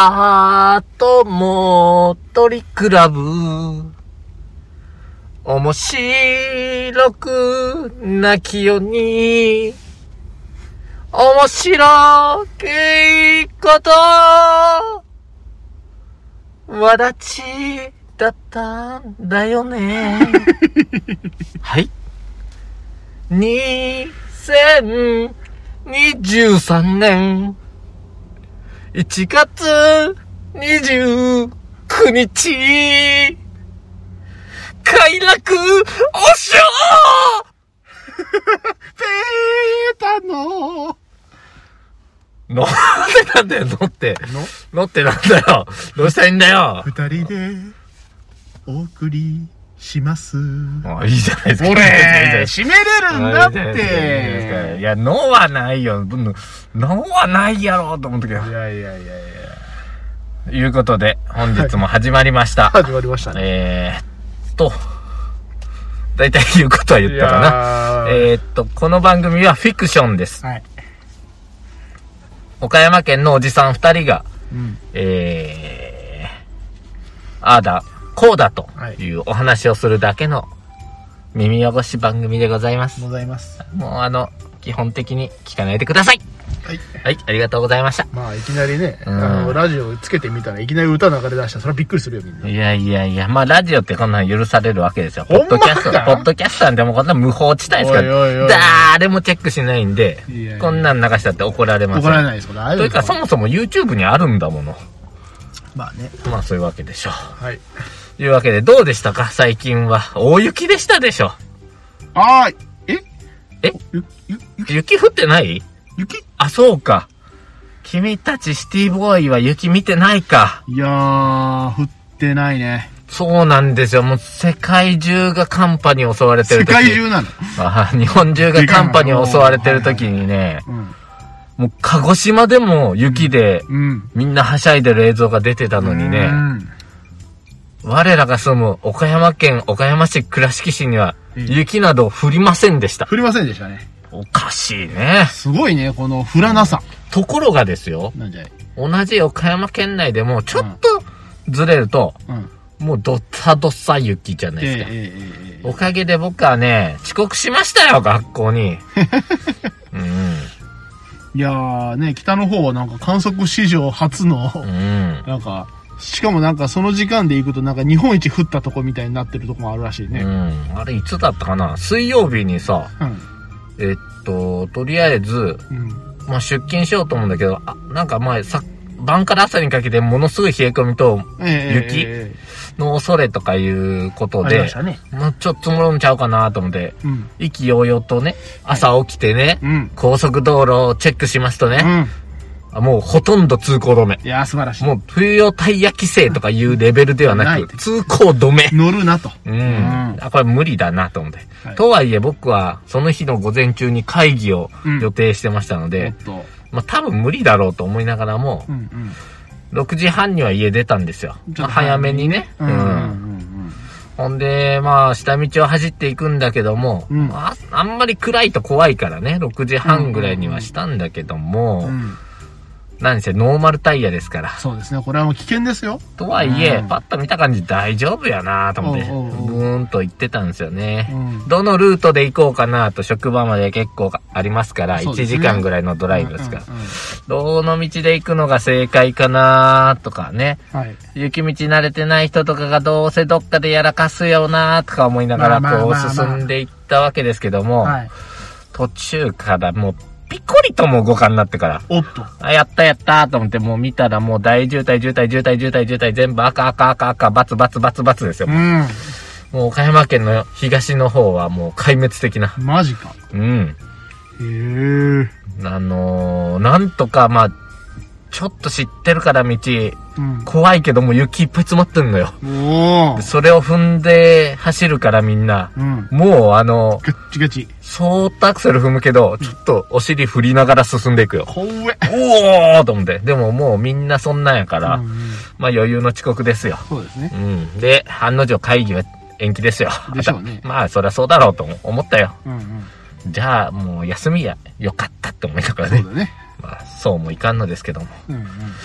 あとも鳥クラブ面白くなきように面白いことわだちだったんだよねはい2023年1月29日快楽おしょペータののってなんだよ、のってなんだよ。どうしたらいいんだよ。 二人でお送りします。 あ、いいじゃないですか。 これ、締めれるんだって。 いや、のはないよ。のはないやろうと思ったけど。 いや。 いうことで、本日も始まりました。 始まりましたね。 だいたい言うことは言ったかな。この番組はフィクションです。 はい。 岡山県のおじさん2人が、ああだ、こうだというお話をするだけの耳汚し番組でございます。 ございます。 もう基本的に聞かないでください。 はい。 はい、ありがとうございました。 まあ、いきなりね、ラジオつけてみたらいきなり歌流れ出したらそれはびっくりするよ、みんな。 いや、まあ、ラジオってこんなの許されるわけですよ。ポッドキャストなんてもうこんな無法地帯ですから、誰もチェックしないんで、こんなん流したって怒られます。 怒られないですから。 というか、そもそも YouTube にあるんだもの。 まあね。 まあ、そういうわけでしょう。 はい。 というわけで、どうでしたか最近は。大雪でしたでしょ。雪降ってない？ 雪？ あ、そうか。君たちシティボーイは雪見てないか。 いやー、降ってないね。 そうなんですよ。もう世界中が寒波に襲われてる時。 世界中なの？ 日本中が寒波に襲われてる時にね、もう鹿児島でも雪で、みんなはしゃいでる映像が出てたのにね、我らが住む岡山県岡山市倉敷市には雪など降りませんでした。 降りませんでしたね。 おかしいね。 すごいね、この降らなさ。 ところがですよ。 なんじゃい。 同じ岡山県内でもちょっとずれると、もうどっさどっさ雪じゃないですか。おかげで僕はね、遅刻しましたよ、学校に。 いやーね、北の方はなんか観測史上初の、なんか、しかもなんかその時間で行くとなんか日本一降ったとこみたいになってるとこもあるらしいね。 あれいつだったかな？水曜日にさ、とりあえず、まあ出勤しようと思うんだけど、なんかまあ晩から朝にかけてものすごい冷え込みと雪の恐れとかいうことで、まあちょっと積もるんちゃうかなと思って、意気揚々とね、朝起きてね、高速道路をチェックしますとね、もうほとんど通行止め。 いや、素晴らしい。 もう冬用タイヤ規制とかいうレベルではなく、通行止め。 乗るなと。 これ無理だなと思って。とはいえ僕はその日の午前中に会議を予定してましたので、まあ多分無理だろうと思いながらも、6時半には家出たんですよ。早めにね。ほんで、まあ下道を走っていくんだけども、あんまり暗いと怖いからね、6時半ぐらいにはしたんだけども、何せノーマルタイヤですから。 そうですね。これはもう危険ですよ。 とはいえ、パッと見た感じ大丈夫やなと思って、ブーンと行ってたんですよね。どのルートで行こうかなと職場まで結構ありますから、1時間ぐらいのドライブですから。どの道で行くのが正解かなとかね。雪道慣れてない人とかがどうせどっかでやらかすよなとか思いながらこう進んでいったわけですけども、途中からもうピコリとも動かんなってから。 おっと。 やったと思ってもう見たらもう大渋滞全部赤バツですよ。もう岡山県の東の方はもう壊滅的な。 マジか。 なんとかまあ、ちょっと知ってるから道、怖いけども雪いっぱい詰まってんのよ。それを踏んで走るからみんな、もうガッチガチ。 そーっとアクセル踏むけど、ちょっとお尻振りながら進んでいくよ。 怖え。 おーと思って。でももうみんなそんなんやから、まあ余裕の遅刻ですよ。 そうですね。 で、案の定会議は延期ですよ。 でしょうね。 まあそりゃそうだろうと思ったよ。じゃあもう休みやよかったって思いながらね。 そうだね。 まあそうもいかんのですけども。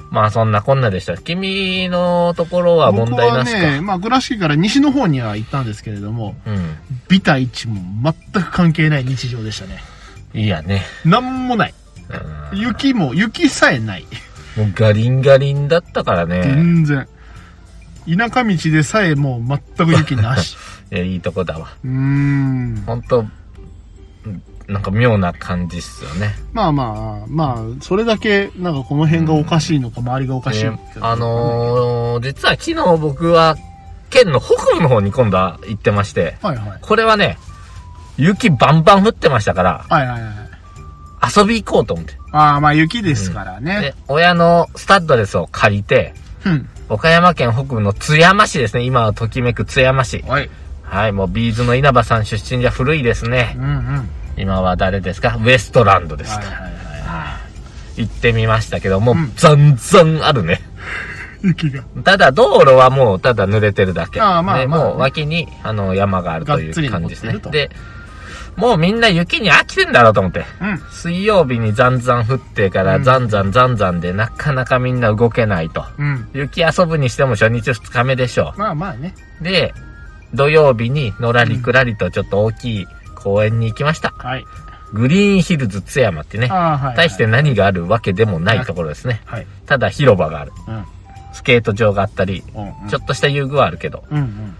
まあそんなこんなでした。君のところは問題なしか。 僕はね、まあ倉敷から西の方には行ったんですけれども、ビタ1も全く関係ない日常でしたね。 いいやね。 なんもない。雪さえない。 もうガリンガリンだったからね。 全然。田舎道でさえもう全く雪なし。 いや、いいとこだわ。本当なんか妙な感じっすよね。 まあ、それだけ、なんかこの辺がおかしいのか、周りがおかしいのか。 実は昨日僕は、県の北部の方に今度は行ってまして、これはね、雪バンバン降ってましたから、遊び行こうと思って。 まあ雪ですからね。 で、親のスタッドレスを借りて、岡山県北部の津山市ですね。今はときめく津山市。はい、もうビーズの稲葉さん出身じゃ古いですね。今は誰ですか？ウエストランドですか。行ってみましたけど、もうざんざんあるね。 雪が。 ただ道路はもうただ濡れてるだけ。もう脇に山があるという感じですね。で、もうみんな雪に飽きてんだろうと思って。水曜日にざんざん降ってからざんざんでなかなかみんな動けないと。雪遊ぶにしても初日2日目でしょう。 まあね。 で、土曜日にのらりくらりとちょっと大きい公園に行きました。グリーンヒルズ津山ってね、大して何があるわけでもないところですね。ただ広場がある。スケート場があったり、ちょっとした遊具はあるけど、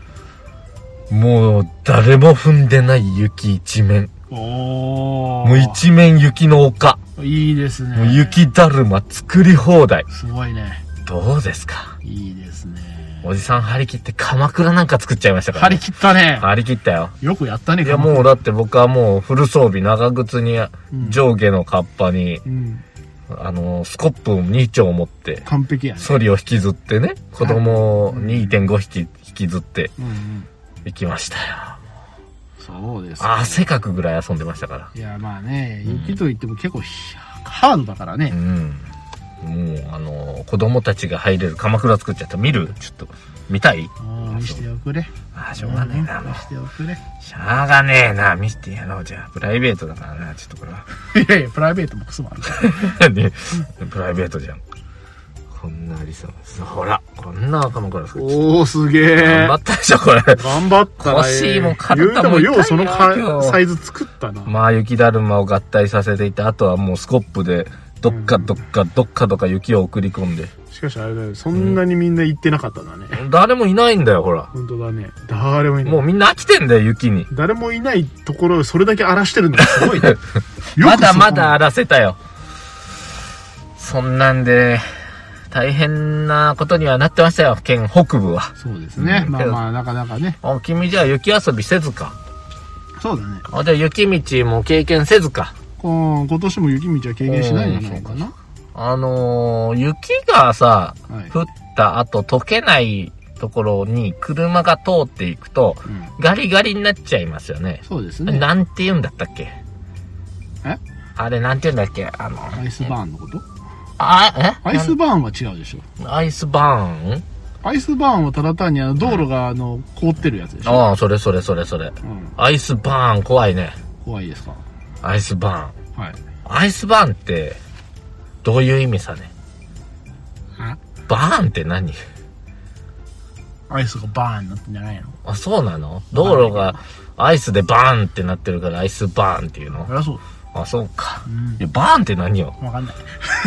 もう誰も踏んでない雪一面。もう一面雪の丘。 いいですね。 もう雪だるま作り放題。 すごいね。 どうですか？ いいですね。 おじさん張り切って鎌倉なんか作っちゃいましたからね。張り切ったね。 張り切ったよ。 よくやったね。 いやもうだって僕はもうフル装備、長靴に上下のカッパに、スコップ2丁持って、 完璧やね。 ソリを引きずってね、子供を 2.5 匹引きずって行きましたよ。 そうです。 汗かくぐらい遊んでましたから。 いやまあね、雪といっても結構ハードだからね。 もう子供たちが入れる鎌倉作っちゃった。見る？ちょっと見たい？ 見しておくれ。 しょうがねえな。 見しておくれ。 しょうがねえな。見してやろう。じゃあプライベートだからな。ちょっとこれは。 いやプライベートもクソもあるからね。プライベートじゃん。こんなありそうです。ほら、こんな鎌倉作っちゃった。 すげえ。 頑張ったでしょこれ。 頑張ったね。 腰も体も痛いよ。 ようそのサイズ作ったな。 まあ雪だるまを合体させていて、あとはもうスコップでどっか雪を送り込んで。 しかしあれだよ、そんなにみんな行ってなかったんだね。 誰もいないんだよ、ほら。 本当だね。誰もいない。 もうみんな飽きてんだよ、雪に。 誰もいないところをそれだけ荒らしてるのがすごいね。 まだまだ荒らせたよ。そんなんで、大変なことにはなってましたよ、県北部は。 そうですね。まあなかなかね。 君じゃあ雪遊びせずか。 そうだね。 じゃあ雪道も経験せずか。 今年も雪道は経験しないんじゃないかな。 雪がさ、降った後溶けないところに車が通っていくと、ガリガリになっちゃいますよね。 そうですね。 なんて言うんだったっけ？あれなんて言うんだっけ？ アイスバーンのこと？ アイスバーンは違うでしょ。 アイスバーン？ アイスバーンはただ単に道路が凍ってるやつでしょ。 それ。アイスバーン怖いね。 怖いですか？ アイスバーン。 はい。 アイスバーンって、どういう意味さね？バーンって何？ アイスがバーンになってんじゃないの？ そうなの？道路がアイスでバーンってなってるからアイスバーンっていうの？ そう。 そうか。いや、バーンって何よ？ わかんない。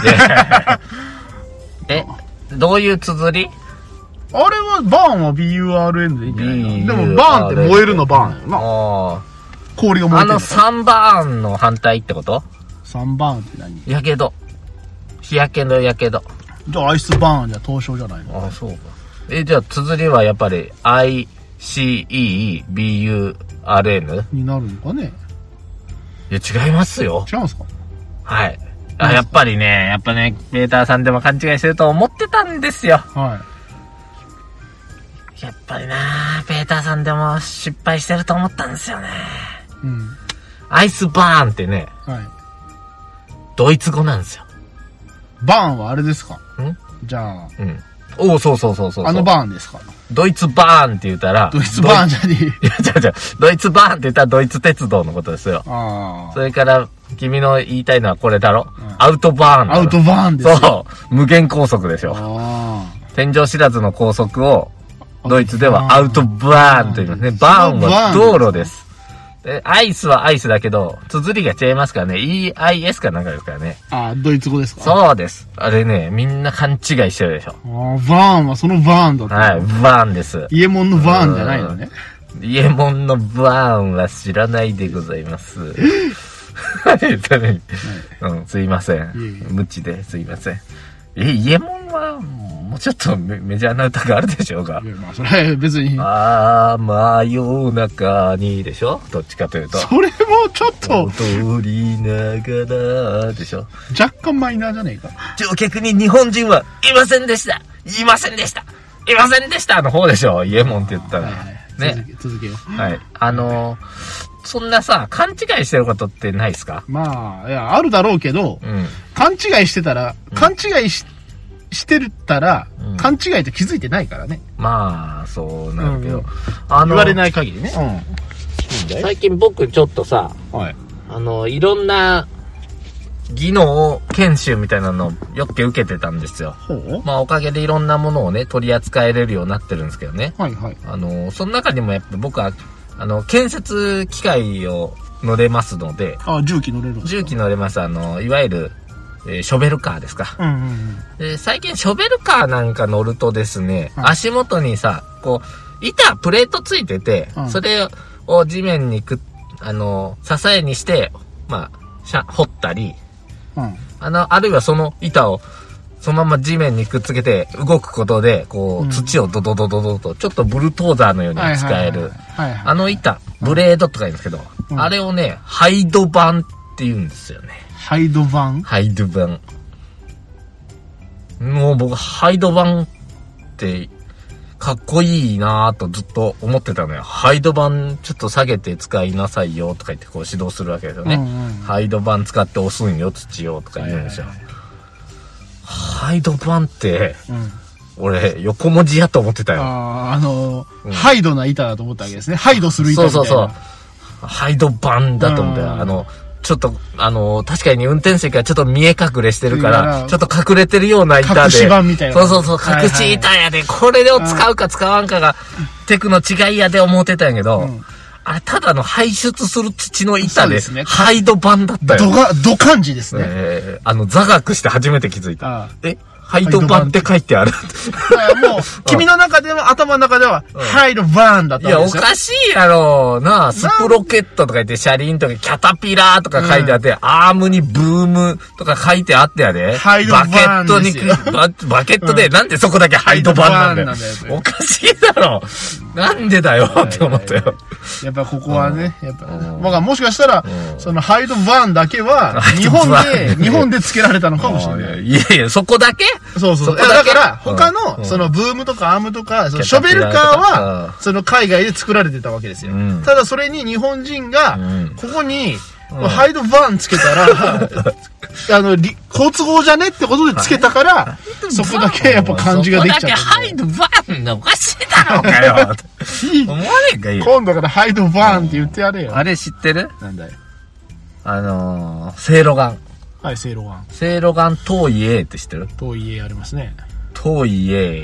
どういう綴り？ あれは、バーンは BURN でいいんじゃないの？でも、バーンって燃えるのバーンよな。氷が燃えてる。 3バーンの反対ってこと？ 3 バーンって何？ やけど。日焼けのやけど。 じゃあアイスバーンじゃ凍傷じゃないの？ そうか。じゃあ綴りはやっぱり ICEBURN？ になるのかね？ いや、違いますよ。 違うんですか？ はい。やっぱりね、ペーターさんでも勘違いしてると思ってたんですよ。 はい。 やっぱりなペーターさんでも失敗してると思ったんですよね。アイスバーンってね、ドイツ語なんですよ。 バーンはあれですか？じゃあ。 そう。 バーンですか？ ドイツバーンって言ったら、 ドイツバーンじゃねえ。いや、違う。ドイツバーンって言ったらドイツ鉄道のことですよ。それから、君の言いたいのはこれだろ、アウトバーン。 アウトバーンですよ。 そう。無限高速でしょ。天井知らずの高速を、ドイツではアウトバーンと言いますね。バーンは道路です。で、アイスはアイスだけど、綴りが違いますからね。EIS かなんかですからね。 ドイツ語ですか？ そうです。あれね、みんな勘違いしてるでしょ。 バーンはそのバーンだった。 はい、バーンです。 イエモンのバーンじゃないのね。 イエモンのバーンは知らないでございます。すいません。無知ですいません。イエモンは、もうちょっとメジャーな歌があるでしょうが。 まあ、それ別に。 真夜中にでしょ、どっちかというと。 それもちょっと。 踊りながらでしょ。 若干マイナーじゃねえか。 乗客に日本人はいませんでした。いませんでした。いませんでしたの方でしょ、イエモンって言ったら。ね。 続けよう。 はい。そんなさ、勘違いしてることってないですか？ まあ、いや、あるだろうけど、勘違いしてたら、勘違いしてたら、勘違いと気づいてないからね。 まあ、そうなるけど。 言われない限りね。 最近僕ちょっとさ、いろんな技能研修みたいなのをよく受けてたんですよ。まあおかげでいろんなものをね、取り扱えれるようになってるんですけどね。その中にもやっぱ僕は、建設機械を乗れますので。 重機乗れるんですか？ 重機乗れます。いわゆる、ショベルカーですか。で、最近ショベルカーなんか乗るとですね、足元にさ、こう、プレートついてて、それを地面に支えにして、まあ、掘ったり、あるいはその板をそのまま地面にくっつけて動くことで、こう、土をドドドドドと、ちょっとブルトーザーのように使える。板、ブレードとか言うんですけど、あれをね、ハイド板って言うんですよね。 ハイド板？ ハイド板。もう僕、ハイド板って、かっこいいなぁとずっと思ってたのよ。ハイド板ちょっと下げて使いなさいよとか言ってこう指導するわけですよね。ハイド板使って押すんよ、土をとか言うんですよ。ハイド板って、俺、横文字やと思ってたよ。 ハイドな板だと思ったわけですね。ハイドする板みたいな。そう。 ハイド板だと思ったよ。ちょっと、確かに運転席がちょっと見え隠れしてるから、ちょっと隠れてるような板で。 隠し板みたいな。 そう、隠し板やで、これを使うか使わんかが、テクの違いやで思ってたんやけど、あれ、ただの排出する土の板で、ハイド板だったよ。 ド漢字ですね。 座学して初めて気づいた。ハイドバンって書いてある。 もう、君の中でも、頭の中では、ハイドバーンだったんですよ。 いや、おかしいやろな。スプロケットとか言って、車輪とか、キャタピラーとか書いてあって、アームにブームとか書いてあってやで。 ハイドバーンですよ。 バケットで、なんでそこだけハイドバーンなんだよ。おかしいだろ。なんでだよって思ったよ。 やっぱここはね、もしかしたら、そのハイドバーンだけは、日本で付けられたのかもしれない。 いやいや、そこだけ？ そう。だから、他の、そのブームとかアームとか、ショベルカーは、その海外で作られてたわけですよ。ただそれに日本人が、ここに、ハイドバーンつけたら、好都合じゃねってことでつけたから、そこだけやっぱ漢字ができちゃった。 そこだけハイドバーンのおかしいだろうかよ。思わねえかよ。 今度からハイドバーンって言ってやれよ。 あれ知ってる？ なんだよ。 セイロガン。 はい、セイロガン。 セイロガン遠い A って知ってる？ 遠い A ありますね。 遠い A。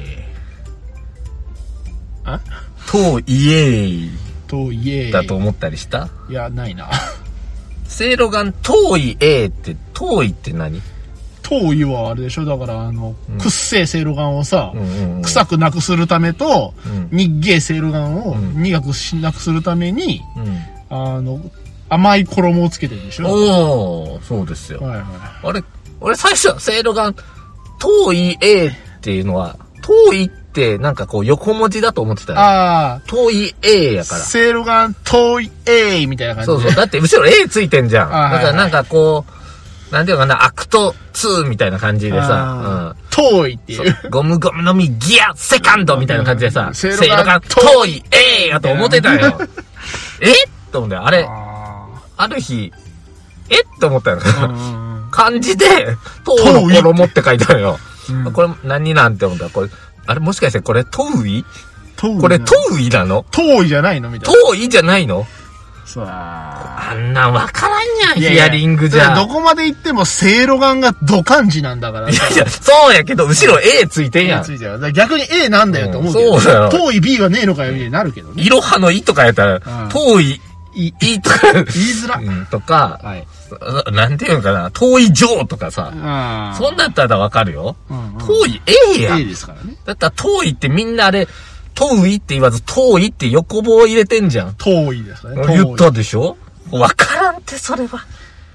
遠い A。 遠い A。 だと思ったりした？ いや、ないな。 セイロガン遠い A って、遠いって何？ 遠いはあれでしょ？だから、くっせえセイロガンをさ、臭くなくするためと、にっげえセイロガンを苦くしなくするために、甘い衣をつけてるでしょ？ おー、そうですよ。俺最初、セイロガン、遠い A っていうのは、遠いってなんかこう横文字だと思ってたよ。遠い A やから。 セイロガン遠い A みたいな感じで。 そう。だって後ろ A ついてんじゃん。だからなんかこう、なんていうかな、アクト2みたいな感じでさ、 遠いっていう。 ゴムゴムのみギアセカンドみたいな感じでさ、セイロガン遠い A やと思ってたよ。と思って、あれ、ある日、って思ったよ。漢字で、遠の衣って書いてあるよ。これ何なんて思ったら、これ、あれもしかしてこれ、遠いこれ遠いなの？ 遠いじゃないのみたいな。 遠いじゃないの？あんなんわからんやん、ヒアリングじゃ。 どこまで行っても、せいろがんがドカンジなんだから。 いや、そうやけど、後ろ A ついてんやん。 ついてる。逆に A なんだよって思うけど。 そうだよ。 遠い B はねえのかよ、みたいになるけどね。 いろはのいとかやったら、遠い、いとか。 言いづら。 とか、なんていうのかな、遠い上とかさ。そんなんだったらわかるよ。遠い A やん。 A ですからね。 だったら遠いってみんなあれ、遠いって言わず、遠いって横棒入れてんじゃん。 遠いですね。 言ったでしょ？わからんって、それは。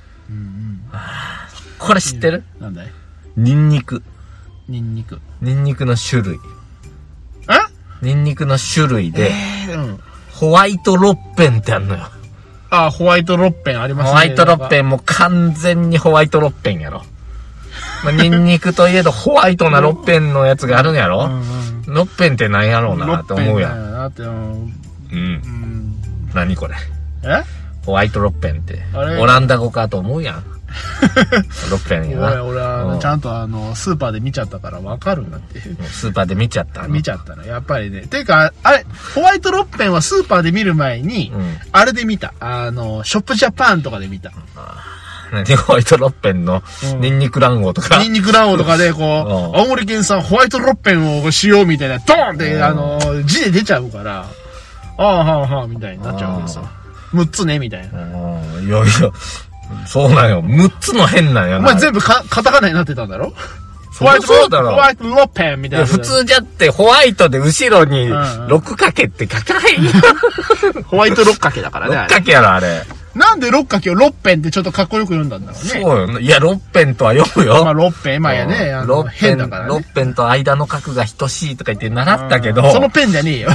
これ知ってる？ なんだい？ ニンニク。 ニンニクの種類。ニンニクの種類で、ホワイトロッペンってあるのよ。 ホワイトロッペンありますね。 ホワイトロッペンも完全にホワイトロッペンやろ。ニンニクといえどホワイトなロッペンのやつがあるんやろ。ロッペンって何やろうなって思うやん。何これ？ホワイトロッペンってオランダ語かと思うやん。ロッペンやな。 俺はちゃんとスーパーで見ちゃったから分かるんだって。 スーパーで見ちゃったのやっぱりね。ていうかあれホワイトロッペンはスーパーで見る前に、あれで見た。ショップジャパンとかで見た。 ホワイトロッペンのニンニク卵黄とか。 ニンニク卵黄とかで青森県産ホワイトロッペンをしようみたいなドーンって字で出ちゃうから、みたいになっちゃうんですよ。6つねみたいな。 いやそうなんよ。6つの変なんやな。 お前全部カタカナになってたんだろ？ ホワイトロッペンみたいな。 普通じゃってホワイトで後ろに6掛けって書かないよ。 ホワイト6掛けだからね。6 掛けやろ、あれ。 なんで6掛けを6ペンってちょっとかっこよく読んだんだろうね。 そうよ。いや、6ペンとは読むよ。 6ペン、やね。変だからね。 6ペンと間の角が等しいとか言って習ったけど。 そのペンじゃねえよ。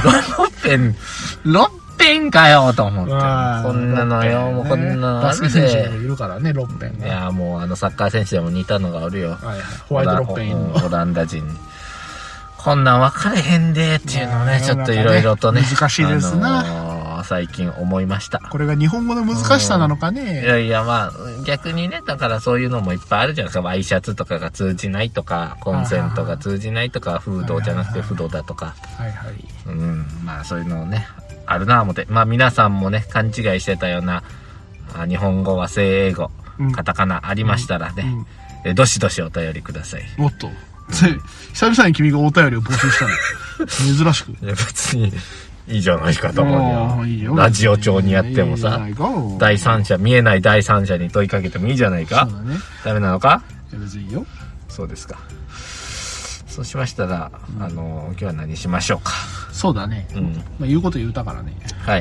6ペンかよと思って。こんなのよ、もうこんなの。 バスケ選手もいるからね、6ペンが。 いや、もうサッカー選手でも似たのがあるよ。 ホワイト6ペンいるの。 オランダ人に。こんなん分かれへんでっていうのね、ちょっといろいろとね。 難しいですな。 最近思いました。 これが日本語の難しさなのかね。 いや、逆にね、だからそういうのもいっぱいあるじゃないですか。ワイシャツとかが通じないとか、コンセントが通じないとか、フードじゃなくてフードだとか。そういうのね、あるなぁ思って。皆さんもね、勘違いしてたような、日本語和製英語、カタカナありましたらね、どしどしお便りください。 もっと。久々に君がお便りを募集したの。珍しく。 いや、別にいいじゃないかと思うよ。ラジオ調にやってもさ、第三者、見えない第三者に問いかけてもいいじゃないか。そうだね。ダメなのか？ 別にいいよ。 そうですか。そうしましたら、今日は何しましょうか。 そうだね。言うこと言うたからね。 はい。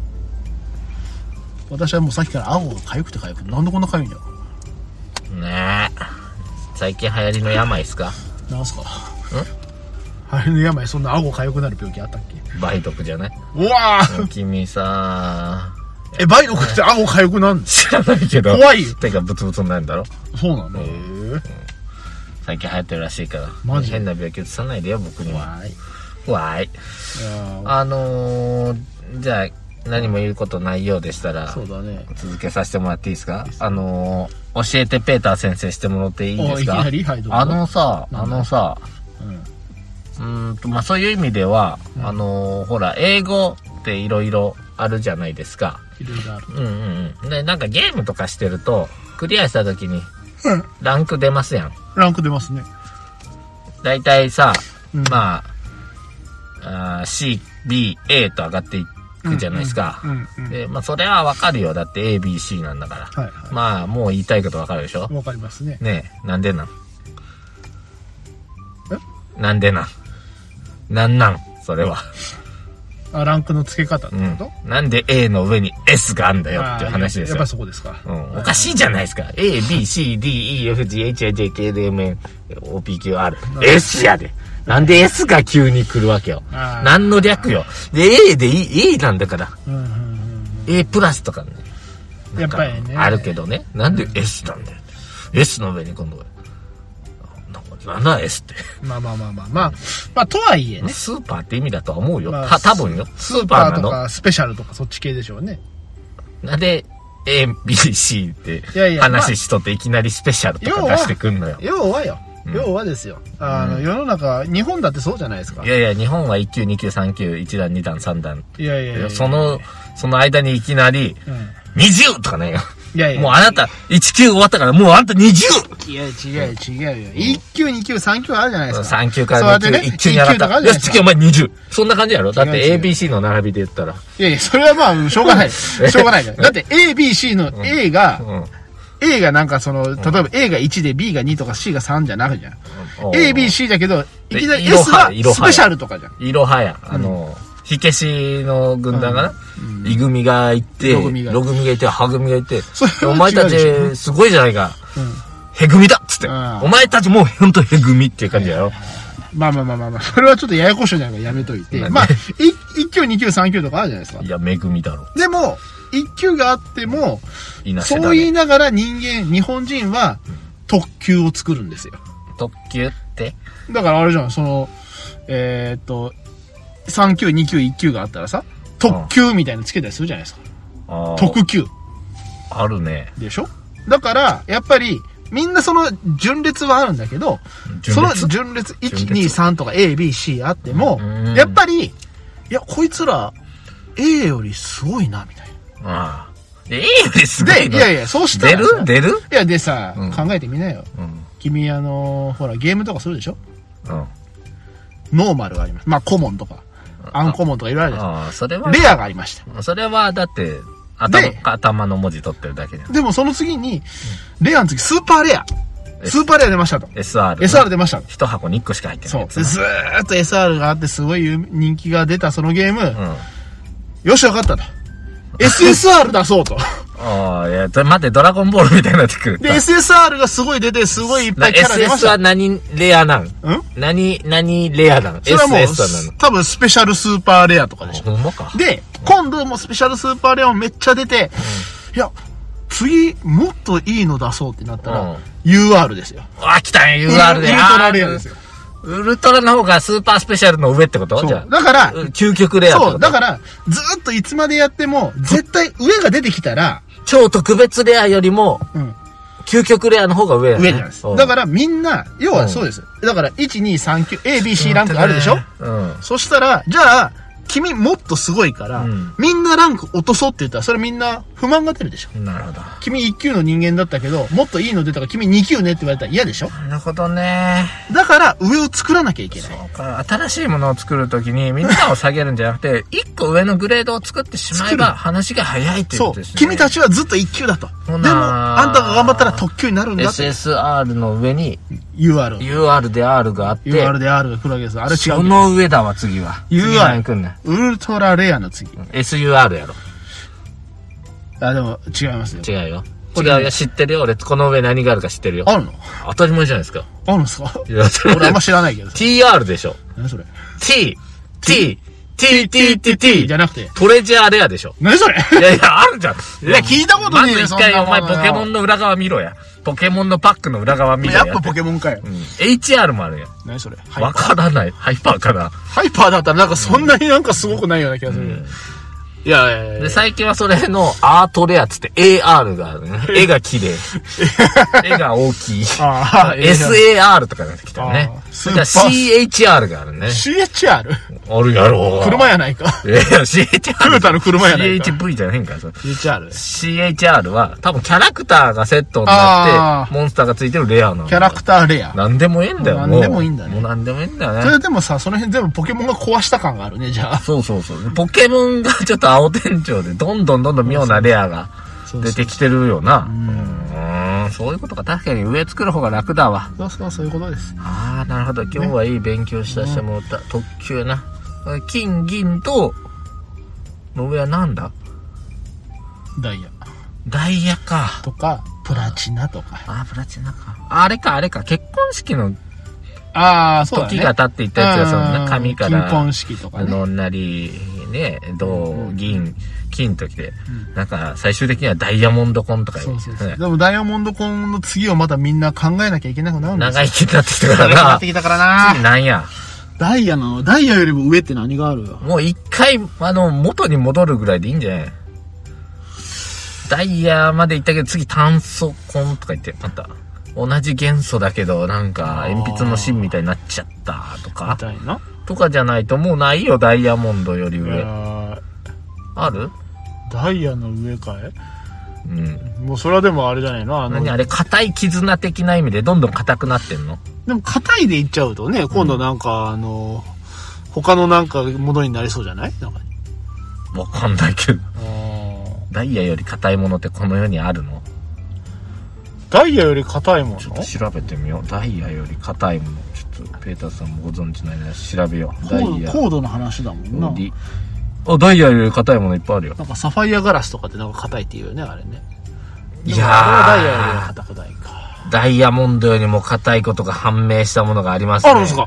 私はもうさっきから顎が痒くて痒くて、なんでこんな痒いんだろう。ねえ。最近流行りの病っすか？ なんすか？流行りの病、そんな顎痒くなる病気あったっけ？ 梅毒じゃない？ うわぁ！君さ梅毒って顎痒くなんの？ 知らないけど。 怖いよ。 手がブツブツになるんだろ？ そうなの？ 最近流行ってるらしいから。 マジ？ 変な病気移さないでよ、僕には。わーい。じゃあ、何も言うことないようでしたら、 そうだね。 続けさせてもらっていいですか？教えてペーター先生してもらっていいですか？そういう意味では、ほら、英語っていろいろあるじゃないですか。 いろいろある。 で、なんかゲームとかしてると、クリアした時に、ランク出ますやん。 ランク出ますね。 だいたいさ、C、B、A と上がっていくじゃないですか。で、それはわかるよ。だって A、B、C なんだから。もう言いたいことわかるでしょ？ わかりますね。 ねえ、なんでなん？なんでなんそれは。 ランクの付け方ってこと？ なんで A の上に S があんだよっていう話ですよ。 やっぱそこですか。 おかしいじゃないですか。A, B, C, D, E, F, G, H, I, J, K, L, M, N, O, P, Q, R。S やで。なんで S が急に来るわけよ。何の略よ。で、A で A なんだから。A プラスとかね。 やっぱりね。 あるけどね。なんで S なんだよ。S の上に今度は。なんだ S って。 とはいえね。 スーパーって意味だとは思うよ。多分よ。 スーパーとかスペシャルとかそっち系でしょうね。 なんで A、B、C って話しとっていきなりスペシャルとか出してくんのよ。 要はよ。 要はですよ。世の中、日本だってそうじゃないですか。 いやいや、日本は1級、2級、3級、1段、2段、3段。 いやいやいや。 その間にいきなり、20とかね。 いやいや。 もうあなた、1級終わったから、もうあんた 20! いや、違うよ。1級、2級、3級あるじゃないですか。 3級から2級、1級に上がった。よし、次お前20。そんな感じやろ？だって ABC の並びで言ったら。 いやいや、それはまあ、しょうがない。しょうがないじゃん。だって ABC の A が、A がなんか例えば A が1で B が2とか C が3じゃなくじゃん。A、B、C だけど、いきなり S がスペシャルとかじゃん。 いろはや。火消しの軍団がな、イ組がいて、ロ組がいて、ハ組がいて、お前たちすごいじゃないか。ヘ組だっつって。お前たちもうほんとヘ組っていう感じやろ。 まあ。それはちょっとややこしいじゃないからやめといて。まあ、1級、2級、3級とかあるじゃないですか。 いや、め組だろ。 でも、1級があっても、そう言いながら日本人は特級を作るんですよ。 特級って？ だからあれじゃん、3級、2級、1級があったらさ、特級みたいなのつけたりするじゃないですか。特級。 あるね。 でしょ？だから、やっぱり、みんなその順列はあるんだけど、その順列、1、2、3とか A、B、C あっても、やっぱり、いや、こいつら、A よりすごいな、みたいな。 ああ。A よりすごいな。 で、いやいや、そうしたら。 出るいや、でさ、考えてみなよ。君、ほら、ゲームとかするでしょ？ノーマルがあります。まあ、コモンとか、アンコモンとかいろいろあるじゃないですか。レアがありました。 それは、だって、頭の文字取ってるだけじゃん。 でもその次に、レアの次、スーパーレア。スーパーレア出ましたと。 SR 出ました。 一箱に1個しか入ってない。 そう。で、ずーっと SR があってすごい人気が出たそのゲーム。よし、わかったと。SSR 出そうと。 ああ、いや、待って、ドラゴンボールみたいになってくる。 で、SSR がすごい出て、すごいいっぱいキャラ出ました。 SS は何レアなん何レアなん？ SS なの？多分スペシャルスーパーレアとかでしょ。 ほんまか。 で、今度もスペシャルスーパーレアもめっちゃ出て、いや、次、もっといいの出そうってなったら、UR ですよ。 あ、来たね、UR で。 ウルトラレアですよ。 ウルトラの方がスーパースペシャルの上ってことじゃあ。 だから、 究極レアってこと？ そう、だから、ずーっといつまでやっても、絶対上が出てきたら、 超特別レアよりも、究極レアの方が上やね。 上じゃないです。だからみんな、要はそうです。だから、1、2、3級、A、B、C ランクあるでしょ？そしたら、じゃあ、君もっとすごいから、みんなランク落とそうって言ったら、それみんな不満が出るでしょ。 なるほど。 君1級の人間だったけど、もっといいの出たから君2級ねって言われたら嫌でしょ。 なるほどね。 だから上を作らなきゃいけない。 そうか。新しいものを作るときにみんなを下げるんじゃなくて、1個上のグレードを作ってしまえば話が早いっていうことですね。 そう。君たちはずっと1級だと。でも、あんたが頑張ったら特級になるんだって。 SSR の上に、 UR で R があって、 UR で R が来るわけです。あれ違う。 その上だわ、次は。 UR。ウルトラレアの次。 SUR やろ。 あ、でも違いますよ。 違うよ。違うよ、知ってるよ。俺、この上何があるか知ってるよ。 あるの？ 当たり前じゃないですか。 あるんですか？いや、俺あんま知らないけど。 TR でしょ。 何それ？ T じゃなくて。 トレジャーレアでしょ。 何それ？ いやいや、あるじゃん。 いや、聞いたことねえよ。 まず一回お前ポケモンの裏側見ろや。ポケモンのパックの裏側見ろや。 やっぱポケモンかよ。 HR もあるやん。 何それ？ わからない。ハイパーかな。 ハイパーだったらなんかそんなになんかすごくないような気がする。いやで、最近はそれのアートレアつって AR があるね。絵が綺麗。絵が大きい。SAR とかなってきたね。それから CHR があるね。 CHR？ あるやろ。 車やないか。 いや、CHR。 トヨタの車やないか。 CHV じゃねえんか、それ。 CHR は、多分キャラクターがセットになって、モンスターがついてるレアなの。 キャラクターレア。 なんでもいいんだよ、 なんでもいいんだね。 もうなんでもいいんだよね。 それでもさ、その辺全部ポケモンが壊した感があるね、じゃあ。 そう。ポケモンがちょっと青天井で、どんどん妙なレアが出てきてるよな。そういうことか。確かに上作る方が楽だわ。 そういうことです。 ああ、なるほど。今日はいい勉強してもらった。特急な。金、銀と、の上はなんだ？ダイヤか。 とか、プラチナとか。 プラチナか。あれか。結婚式の、 そうだね。 時が経っていったやつが、その紙から、 金婚式とかね。 のんなり、ね、銅、銀、金ときて、なんか、最終的にはダイヤモンド婚とか言う。 でもダイヤモンド婚の次をまたみんな考えなきゃいけなくなるんですよ。 長生きになってきたからな。 なってきたからな。 次なんや。 ダイヤよりも上って何があるよ。 もう一回、元に戻るぐらいでいいんじゃない？ダイヤまで行ったけど、次炭素婚とか言って、また。 同じ元素だけど、なんか、鉛筆の芯みたいになっちゃったとか。 みたいなとかじゃないともうないよ、ダイヤモンドより上。ある？ ダイヤの上かい？ うん。 もうそれはでもあれじゃないの？ 何あれ、硬い絆的な意味でどんどん硬くなってんの？ でも硬いでいっちゃうとね、今度なんか他のなんかものになりそうじゃない？なんかわかんないけど。ダイヤより硬いものってこの世にあるの？ ダイヤより硬いもの？ ちょっと調べてみよう。ダイヤより硬いもの。ちょっとペーターさんもご存知ないので調べよう。ダイヤ。 コードの話だもんな。 ダイヤより硬いものいっぱいあるよ。 なんかサファイアガラスとかってなんか硬いって言うよね、あれね。 いやー。 あれはダイヤよりは硬くないか。 ダイヤモンドよりも硬いことが判明したものがありますね。 あるんですか？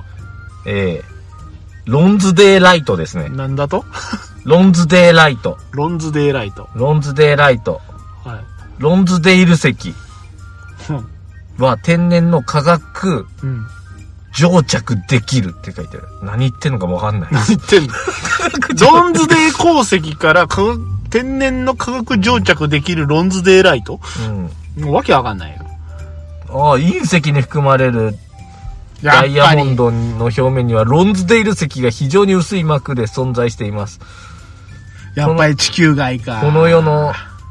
ロンズデーライトですね。 なんだと？ ロンズデーライト。 ロンズデーライト。 ロンズデーライト。 はい。 ロンズデール石は天然の化学蒸着できるって書いてある。何言ってんのかわかんない。 何言ってんの？ロンズデー鉱石から天然の化学蒸着できるロンズデーライト？うん。もうわけわかんないよ。 ああ、隕石に含まれるダイヤモンドの表面にはロンズデール石が非常に薄い膜で存在しています。 やっぱり地球外か。 この世の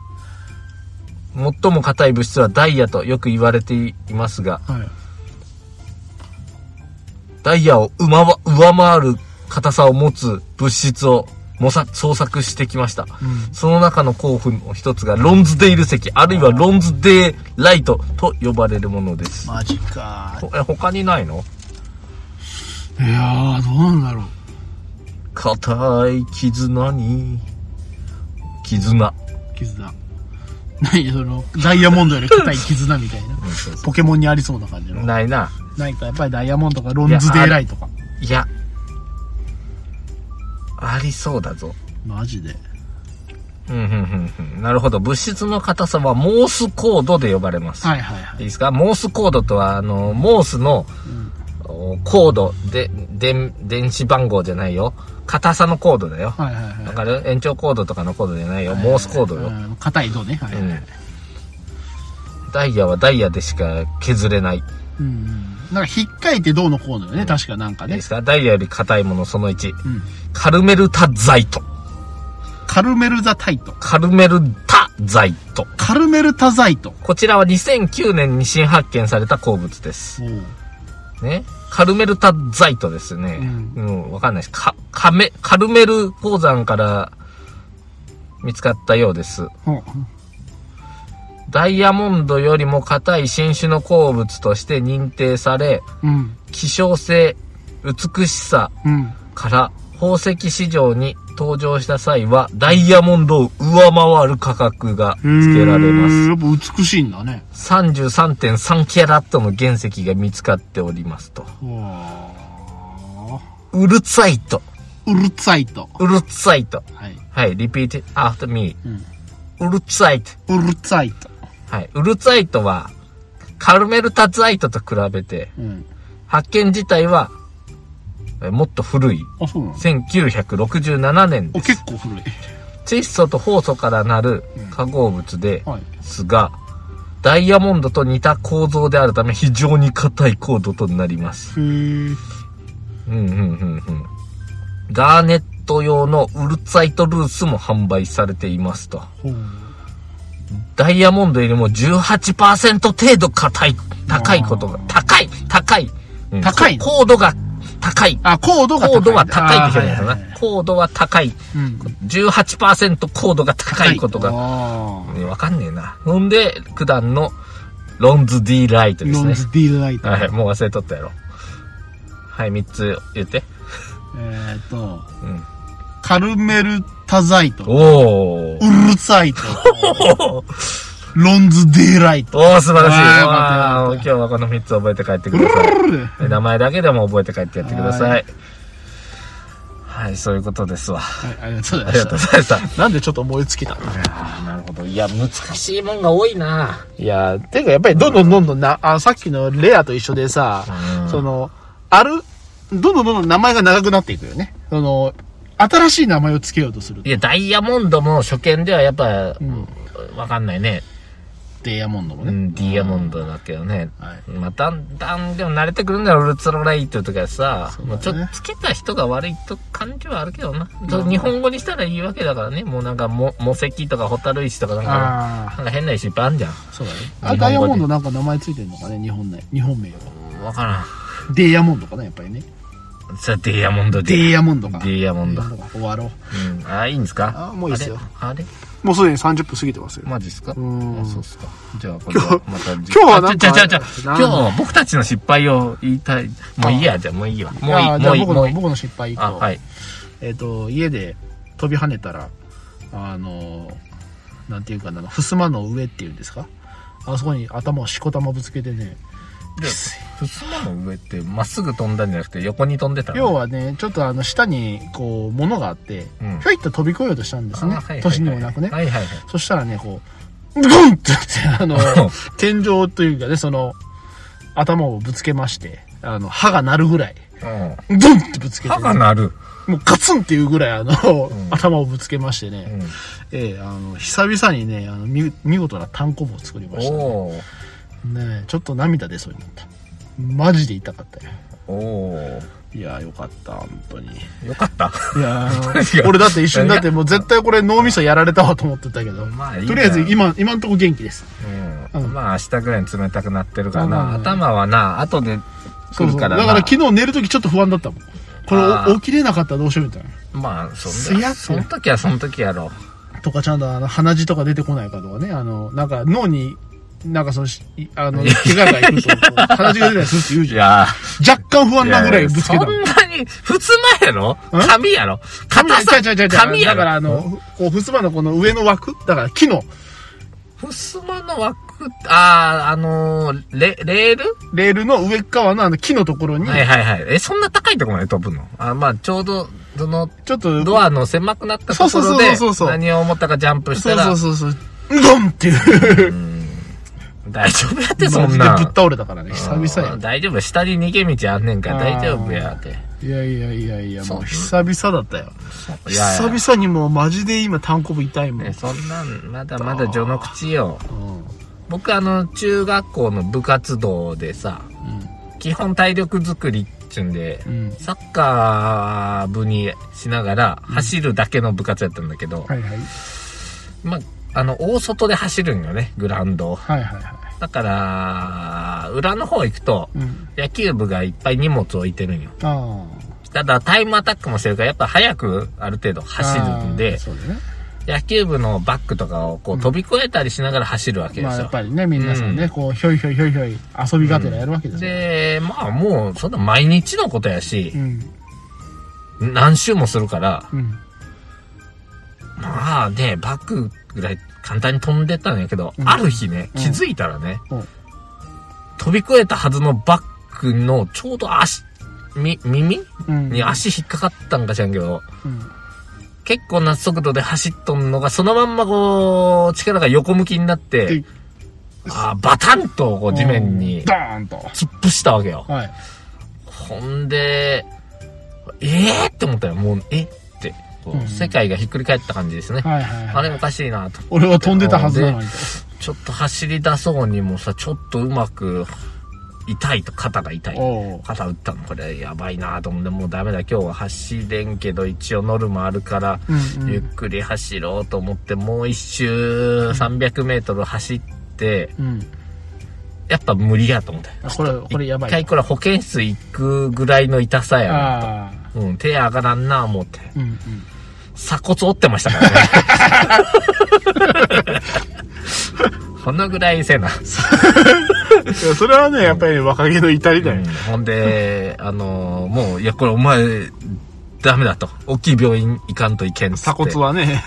最も硬い物質はダイヤとよく言われていますが、はい、ダイヤを上回る硬さを持つ物質を捜索してきました。その中の候補の一つがロンズデール石、あるいはロンズデーライトと呼ばれるものです。 マジか。 他にないの？ いやー、どうなんだろう。 硬い絆に絆。 何そのダイヤモンドより硬い絆みたいなポケモンにありそうな感じの。 ないな。 ないか、やっぱりダイヤモンドかロンズデーライトか。 いやありそうだぞ。 マジで。 なるほど。物質の硬さはモースコードで呼ばれます。 はいはいはい。 いいですか？モースコードとはモースの、コードで電子番号じゃないよ。硬さのコードだよ。 はいはいはい。 わかる？延長コードとかのコードじゃないよ。モースコードよ。 硬い度ね。はいはいはい。 ダイヤはダイヤでしか削れない。 なんか引っかいてどうのこうのよね。確かなんかね。 いいですか？ダイヤより硬いものその1。カルメルタザイト。 カルメルタザイト。 カルメルタザイト。 カルメルタザイト。 こちらは2009年に新発見された鉱物です。ね。カルメルタザイトですね。わかんないです。カルメル鉱山から見つかったようです。ダイヤモンドよりも硬い新種の鉱物として認定され、希少性、美しさから宝石市場に登場した際はダイヤモンドを上回る価格がつけられます。 やっぱ美しいんだね。 33.3 キャラットの原石が見つかっておりますと。ウルツァイト。 ウルツァイト。 ウルツァイト。 はい。 はい、repeat after me。ウルツァイト。 ウルツァイト。 はい。ウルツァイトは、カルメルタザイトと比べて、発見自体は、もっと古い。 あ、そうなの ？1967年です。 結構古い。 窒素とホウ素からなる化合物ですが、ダイヤモンドと似た構造であるため非常に硬いコードとなります。ガーネット用のウルツァイトルースも販売されていますと。ダイヤモンドよりも 18% 程度高いことが、高い、コードが高い。 コードは高いって言うんだな。コードは高い。18% コードが高いことが、わかんねえな。ほんで、九段のロンズディーライトですね。 ロンズディーライト。 はい、もう忘れとったやろ。はい、3つ言って。 カルメルタザイト。ウルツァイト。ロンズデーライト。 素晴らしい。今日はこの3つ覚えて帰ってください。名前だけでも覚えて帰ってやってください。はい、そういうことですわ。 はい、ありがとうございました。なんでちょっと思いつきたの？ なるほど。いや、難しいもんが多いな。 いや、てかやっぱりどんどんさっきのレアと一緒でさ、どんどん名前が長くなっていくよね。新しい名前を付けようとする。 いや、ダイヤモンドも初見ではやっぱ、わかんないね。 ディヤモンドもね。 ディヤモンドだけどね。まあ、だんだんでも慣れてくるんだよ、ウルトラライトとかさ。もうちょっとつけた人が悪いと感じはあるけどな。日本語にしたらいいわけだからね。もうなんか、モ石とかホタル石とかなんか変な石いっぱいあるじゃん。 そうだね。ダイヤモンドなんか名前ついてるのかね、日本名は。わからん。 ディヤモンドかな、やっぱりね。 さあ、ディヤモンド。 ディヤモンドか。 ディヤモンド。 終わろう。いいんですか？ もういいですよ。 あれもうすでに30分過ぎてますよ。 マジっすか？そうっすか。じゃあ、 今日はなんか。 今日は僕たちの失敗を言いたい。もういいや、じゃあもういいよ。もういい。 僕の失敗と。 はい。 家で飛び跳ねたら、なんていうかな、襖の上っていうんですか？あそこに頭をしこたまぶつけてね。 で、襖の上ってまっすぐ飛んだんじゃなくて横に飛んでたの？ 要はね、ちょっと下にこう物があって、ひょいっと飛び越えようとしたんですね。年にもなくね。そしたらね、こう、ドンって天井というかね、頭をぶつけまして、歯が鳴るぐらい、ドンってぶつけて、 歯が鳴る。 もうカツンっていうぐらい頭をぶつけましてね、久々にね、見事な単行部を作りましたね。ねえ、ちょっと涙出そうになった。マジで痛かったよ。いや、よかった、本当に。 よかった？ いや、俺だって一瞬だってもう絶対これ脳みそやられたわと思ってたけど、とりあえず今んとこ元気です。 まあ明日ぐらいに冷たくなってるからな。頭はな、後で来るからな。 だから昨日寝るときちょっと不安だったもん。これ起きれなかったらどうしようみたいな。 まあ、その時はその時やろう。とかちゃんと鼻血とか出てこないかとかね。なんか脳に、なんか怪我がいくと、鼻血が出たりするって言うじゃん。若干不安なぐらいぶつけた。 そんなに、襖やろ？紙やろ？ 紙やろ？だから、こう、襖のこの上の枠？だから木の。 襖の枠、レールの上側の木のところに。 そんな高いところまで飛ぶの？まあ、ちょうど、ちょっと、ドアの狭くなったところで、何を思ったかジャンプしたら。 ドンっていう。 大丈夫やって、そんな。 ぶっ倒れたからね、久々や。 大丈夫、下に逃げ道あんねんから大丈夫やって。 いや、もう久々だったよ。久々にもうマジで今単行部痛いもん。 そんなん、まだまだ序の口よ。僕中学校の部活動でさ、基本体力作りっていうんで、サッカー部にしながら走るだけの部活やったんだけど、まあ、大外で走るんよね、グラウンドを。だから、裏の方行くと、野球部がいっぱい荷物置いてるんよ。ただ、タイムアタックもしてるから、やっぱ早くある程度走るんで、野球部のバックとかをこう飛び越えたりしながら走るわけですよ。 まあやっぱりね、皆さんね、こう、ひょい遊びがてらやるわけですよ。 で、まあもう、そんな毎日のことやし、何周もするから、まあね、バックぐらい簡単に飛んでったんやけど、ある日ね、気づいたらね、飛び越えたはずのバックのちょうど耳に足引っかかったんかしらんけど、結構な速度で走っとんのが、そのまんまこう、力が横向きになって、バタンとこう地面に、 ドーンと突っ伏したわけよ。ほんで、って思ったよ。もう、って。世界がひっくり返った感じですね。あれおかしいなと。 俺は飛んでたはずなのに。 ちょっと走り出そうにもさ、ちょっとうまく、痛いと、肩が痛い。肩打ったの、これやばいなと思って、もうダメだ、今日は走れんけど、一応ノルマあるから、ゆっくり走ろうと思って、もう一周300メートル走って、やっぱ無理やと思って。 これやばい。 一回これ保健室行くぐらいの痛さやなと。手上がらんな思って。鎖骨折ってましたからね。このぐらいせな。 それはね、やっぱり若気の至りだよ。 ほんで、もう、いや、これお前、ダメだと。大きい病院行かんといけんっつって。 鎖骨はね。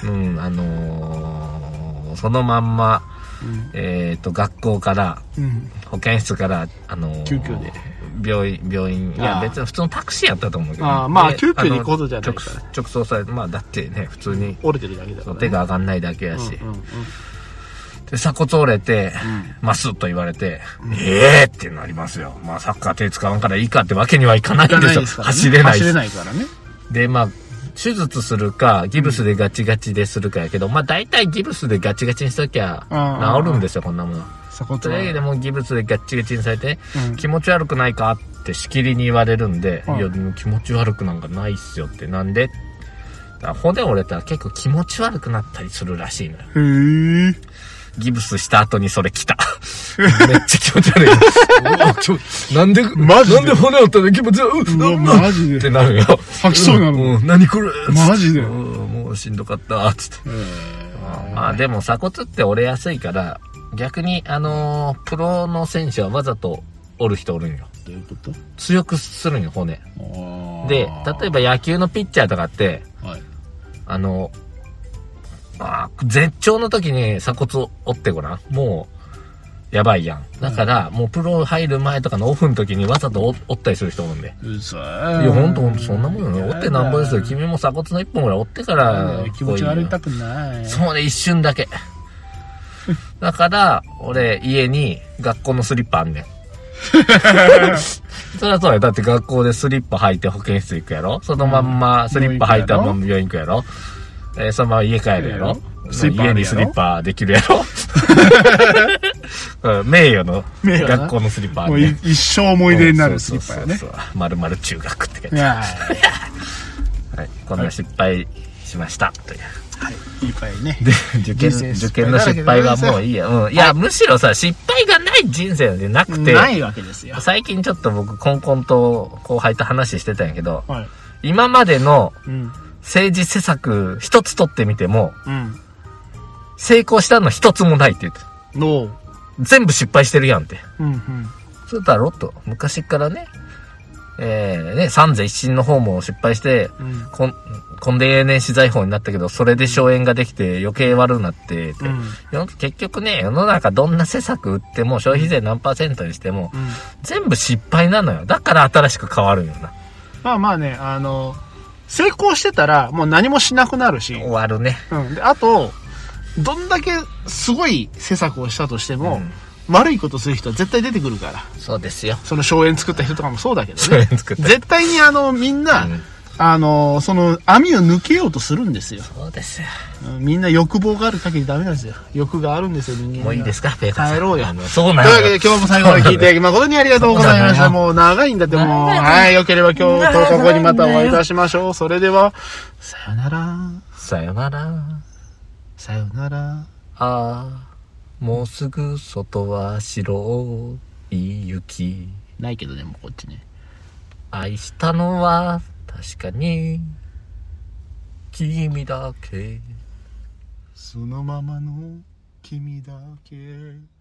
そのまんま、学校から、保健室から、 救急で。 病院、いや、別に普通のタクシーやったと思うけど。 まあ、救急に行くことじゃないから。 直送されて、まあ、だってね、普通に。 折れてるだけだから。 手が上がんないだけやし。で、鎖骨折れて、ますと言われて、ってなりますよ。まあ、サッカー手使わんからいいかってわけにはいかないんですよ。走れないからね。で、まあ、 手術するか、ギブスでガチガチでするかやけど、まあ大体ギブスでガチガチにしときゃ治るんですよ、こんなもん。それでもギブスでガッチガチにされて、気持ち悪くないかってしきりに言われるんで、いや、でも気持ち悪くなんかないっすよって。なんで？骨折れたら結構気持ち悪くなったりするらしいのよ。ギブスした後にそれ来た。めっちゃ気持ち悪い。なんで骨折ったの気持ち悪い。 マジで。 ってなるよ。 吐きそうになる。 何これマジで。 もうしんどかった。つって。まあでも鎖骨って折れやすいから、逆に、プロの選手はわざと折る人おるんよ。 どういうこと？ 強くするんよ、骨。で、例えば野球のピッチャーとかって、絶頂の時に鎖骨を折ってごらん。もう、やばいやん。だから、もうプロ入る前とかのオフの時にわざと折ったりする人おるんで。いや、ほんとそんなもんよね。折ってなんぼですよ。君も鎖骨の一本ぐらい折ってから。 気持ち悪いたくない。 そうね、一瞬だけ。だから、俺、家に学校のスリッパあんねん。そりゃそうや。だって学校でスリッパ履いて保健室行くやろ。そのまんまスリッパ履いたまま病院行くやろ。そのまま家帰るやろ。家にスリッパできるやろ。名誉の学校のスリッパあんねん。 一生思い出になるスリッパやね。 丸々中学って書いてある。はい。こんな失敗しました。という。 はい。いっぱいね。 で、受験の失敗はもういいや。いや、むしろさ、失敗がない人生でなくて。 ないわけですよ。 最近ちょっと僕、コンコンと後輩と話してたんやけど、今までの政治施策一つ取ってみても、成功したの一つもないって言って。全部失敗してるやんって。そうだろと。昔からね、三世一心の方も失敗して、コンデ永年私財法になったけど、それで荘園ができて余計悪くなって、結局ね、世の中どんな施策売っても消費税何%にしても、全部失敗なのよ。だから新しく変わるんよな。 まあまあね、成功してたらもう何もしなくなるし。 終わるね。 で、あと、どんだけすごい施策をしたとしても、悪いことする人は絶対出てくるから。 そうですよ。 その荘園作った人とかもそうだけどね。絶対にみんな、その網を抜けようとするんですよ。 そうですよ。 みんな欲望がある限りダメなんですよ。欲があるんですよ、人間。 もういいですか、ペーターさん。 帰ろうよ。 そうなんというわけで今日も最後まで聞いていただき誠にありがとうございました。もう長いんだってもう。はい、よければ今日10日後にまたお会いいたしましょう。それでは、さよなら。 さよなら。 さよなら。 もうすぐ外は白い雪。 ないけどね、もうこっちね。 愛したのは確かに君だけ。 そのままの君だけ。